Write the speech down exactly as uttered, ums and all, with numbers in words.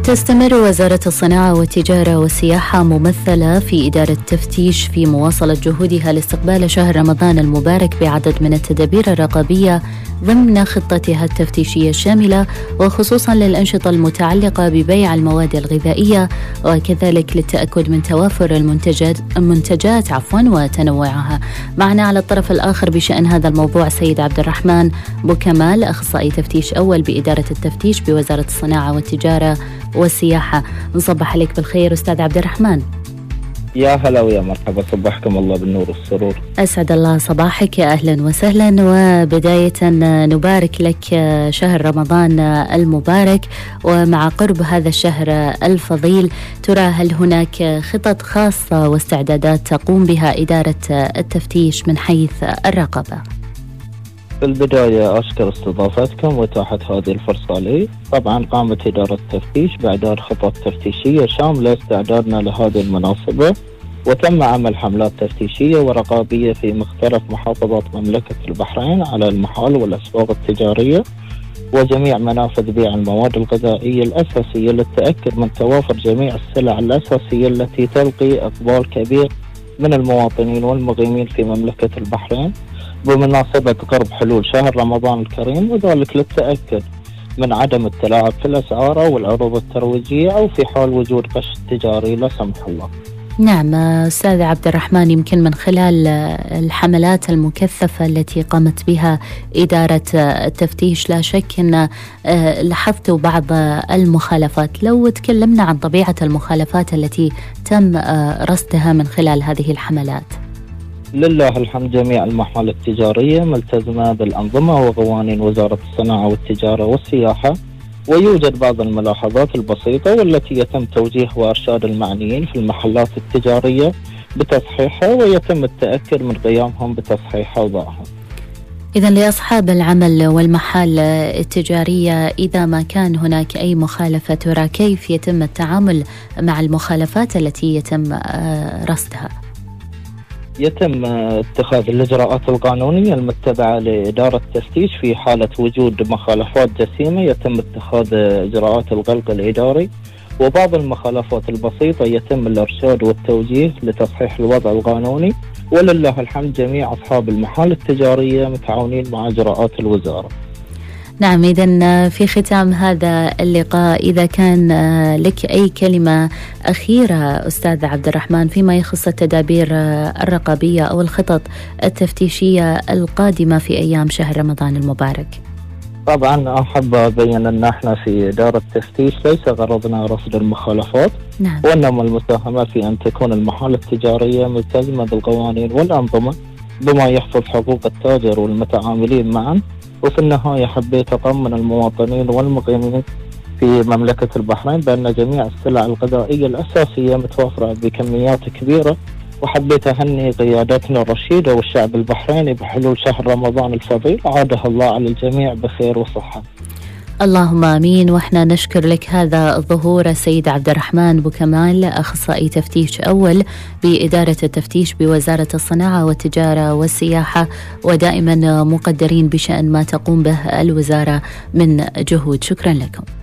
تستمر وزارة الصناعة والتجارة والسياحة ممثلة في إدارة التفتيش في مواصلة جهودها لاستقبال شهر رمضان المبارك بعدد من التدابير الرقابية ضمن خطتها التفتيشية الشاملة، وخصوصا للأنشطة المتعلقة ببيع المواد الغذائية، وكذلك للتأكد من توافر المنتجات المنتجات عفوا وتنوعها. معنا على الطرف الآخر بشأن هذا الموضوع سيد عبد الرحمن بوكمال، أخصائي تفتيش أول بإدارة التفتيش بوزارة الصناعة والتجارة والسياحة. نصبح عليك بالخير أستاذ عبد الرحمن. يا هلا ويا مرحبا، صبحكم الله بالنور والسرور. أسعد الله صباحك، يا أهلا وسهلا. وبداية نبارك لك شهر رمضان المبارك، ومع قرب هذا الشهر الفضيل ترى هل هناك خطط خاصة واستعدادات تقوم بها إدارة التفتيش من حيث الرقابة؟ في البداية أشكر استضافتكم وإتاحة هذه الفرصة لي. طبعا قامت إدارة التفتيش بإعداد خطط تفتيشية شاملة استعدادنا لهذه المناسبة، وتم عمل حملات تفتيشية ورقابية في مختلف محافظات مملكة البحرين على المحال والأسواق التجارية وجميع منافذ بيع المواد الغذائية الأساسية للتأكد من توافر جميع السلع الأساسية التي تلقي إقبال كبير من المواطنين والمقيمين في مملكة البحرين بمناسبة قرب حلول شهر رمضان الكريم، وذلك للتأكد من عدم التلاعب في الأسعار أو العروض الترويجية أو في حال وجود غش تجاري لا سمح الله. نعم أستاذ عبد الرحمن، يمكن من خلال الحملات المكثفة التي قامت بها إدارة التفتيش لا شك أن لاحظتوا بعض المخالفات. لو تكلمنا عن طبيعة المخالفات التي تم رصدها من خلال هذه الحملات. لله الحمد، جميع المحال التجارية ملتزمة بالأنظمة وقوانين وزارة الصناعة والتجارة والسياحة، ويوجد بعض الملاحظات البسيطة والتي يتم توجيه وإرشاد المعنيين في المحلات التجارية بتصحيحها، ويتم التأكد من قيامهم بتصحيحها وضعها. إذن لأصحاب العمل والمحال التجارية إذا ما كان هناك أي مخالفة، ترى كيف يتم التعامل مع المخالفات التي يتم رصدها؟ يتم اتخاذ الإجراءات القانونية المتبعة لإدارة التفتيش. في حالة وجود مخالفات جسيمة يتم اتخاذ إجراءات الغلق الإداري، وبعض المخالفات البسيطة يتم الإرشاد والتوجيه لتصحيح الوضع القانوني، ولله الحمد جميع أصحاب المحال التجارية متعاونين مع إجراءات الوزارة. نعم، إذن في ختام هذا اللقاء إذا كان لك أي كلمة أخيرة أستاذ عبد الرحمن فيما يخص التدابير الرقابية أو الخطط التفتيشية القادمة في أيام شهر رمضان المبارك. طبعا أحب أبين أن احنا في إدارة التفتيش ليس غرضنا رصد المخالفات، نعم. وإنما المساهمة في أن تكون المحال التجارية ملتزمة بالقوانين والأنظمة بما يحفظ حقوق التاجر والمتعاملين معا. وفي النهاية حبيت أطمن المواطنين والمقيمين في مملكة البحرين بأن جميع السلع الغذائية الأساسية متوفرة بكميات كبيرة، وحبيت أهني قيادتنا الرشيدة والشعب البحريني بحلول شهر رمضان الفضيل، عاده الله على الجميع بخير وصحة. اللهم آمين. وإحنا نشكر لك هذا الظهور السيد عبد الرحمن بوكمال، أخصائي تفتيش أول بإدارة التفتيش بوزارة الصناعة والتجارة والسياحة، ودائما مقدرين بشأن ما تقوم به الوزارة من جهود. شكرا لكم.